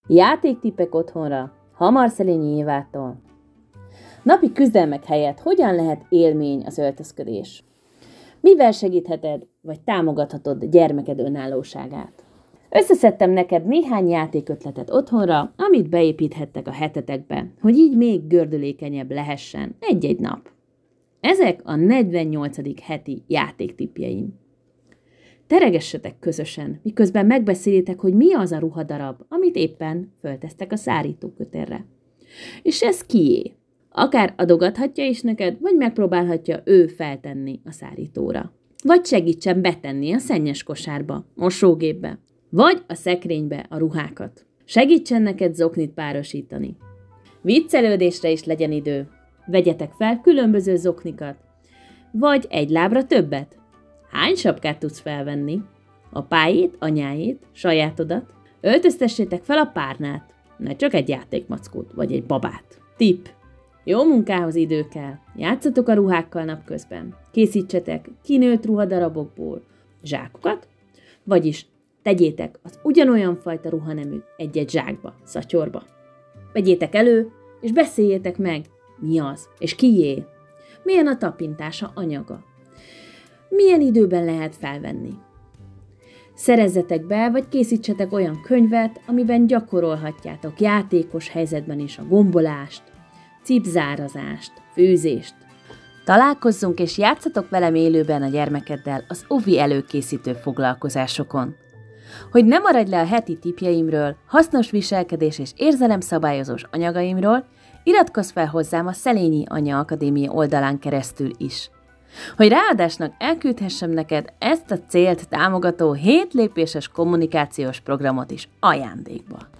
Játéktippek otthonra, Hamar Szelényi Évától. Napi küzdelmek helyett hogyan lehet élmény az öltözködés? Mivel segítheted, vagy támogathatod gyermeked önállóságát? Összeszedtem neked néhány játékötletet otthonra, amit beépíthettek a hetetekbe, hogy így még gördülékenyebb lehessen egy-egy nap. Ezek a 48. heti játéktippjeim. Teregessetek közösen, miközben megbeszélitek, hogy mi az a ruhadarab, amit éppen föltesztek a szárítókötérre. És ez kié? Akár adogathatja is neked, vagy megpróbálhatja ő feltenni a szárítóra. Vagy segítsen betenni a szennyes kosárba, mosógépbe, vagy a szekrénybe a ruhákat. Segítsen neked zoknit párosítani. Viccelődésre is legyen idő. Vegyetek fel különböző zoknikat, vagy egy lábra többet. Hány sapkát tudsz felvenni? Apáét, anyáét, sajátodat? Öltöztessétek fel a párnát, ne csak egy játékmackót, vagy egy babát. Tipp! Jó munkához idő kell. Játszatok a ruhákkal napközben. Készítsetek kinőtt ruhadarabokból zsákokat, vagyis tegyétek az ugyanolyan fajta ruhaneműt egy-egy zsákba, szatyorba. Vegyétek elő, és beszéljétek meg, mi az, és kié. Milyen a tapintása, anyaga. Milyen időben lehet felvenni. Szerezzetek be, vagy készítsetek olyan könyvet, amiben gyakorolhatjátok játékos helyzetben is a gombolást, cipzárazást, főzést. Találkozzunk és játszatok velem élőben a gyermekeddel az ovi előkészítő foglalkozásokon. Hogy ne maradj le a heti tippjeimről, hasznos viselkedés és érzelemszabályozós anyagaimról, iratkozz fel hozzám a Szelényi Anya Akadémia oldalán keresztül is. Hogy ráadásnak elküldhessem neked ezt a célt támogató 7 lépéses kommunikációs programot is ajándékba.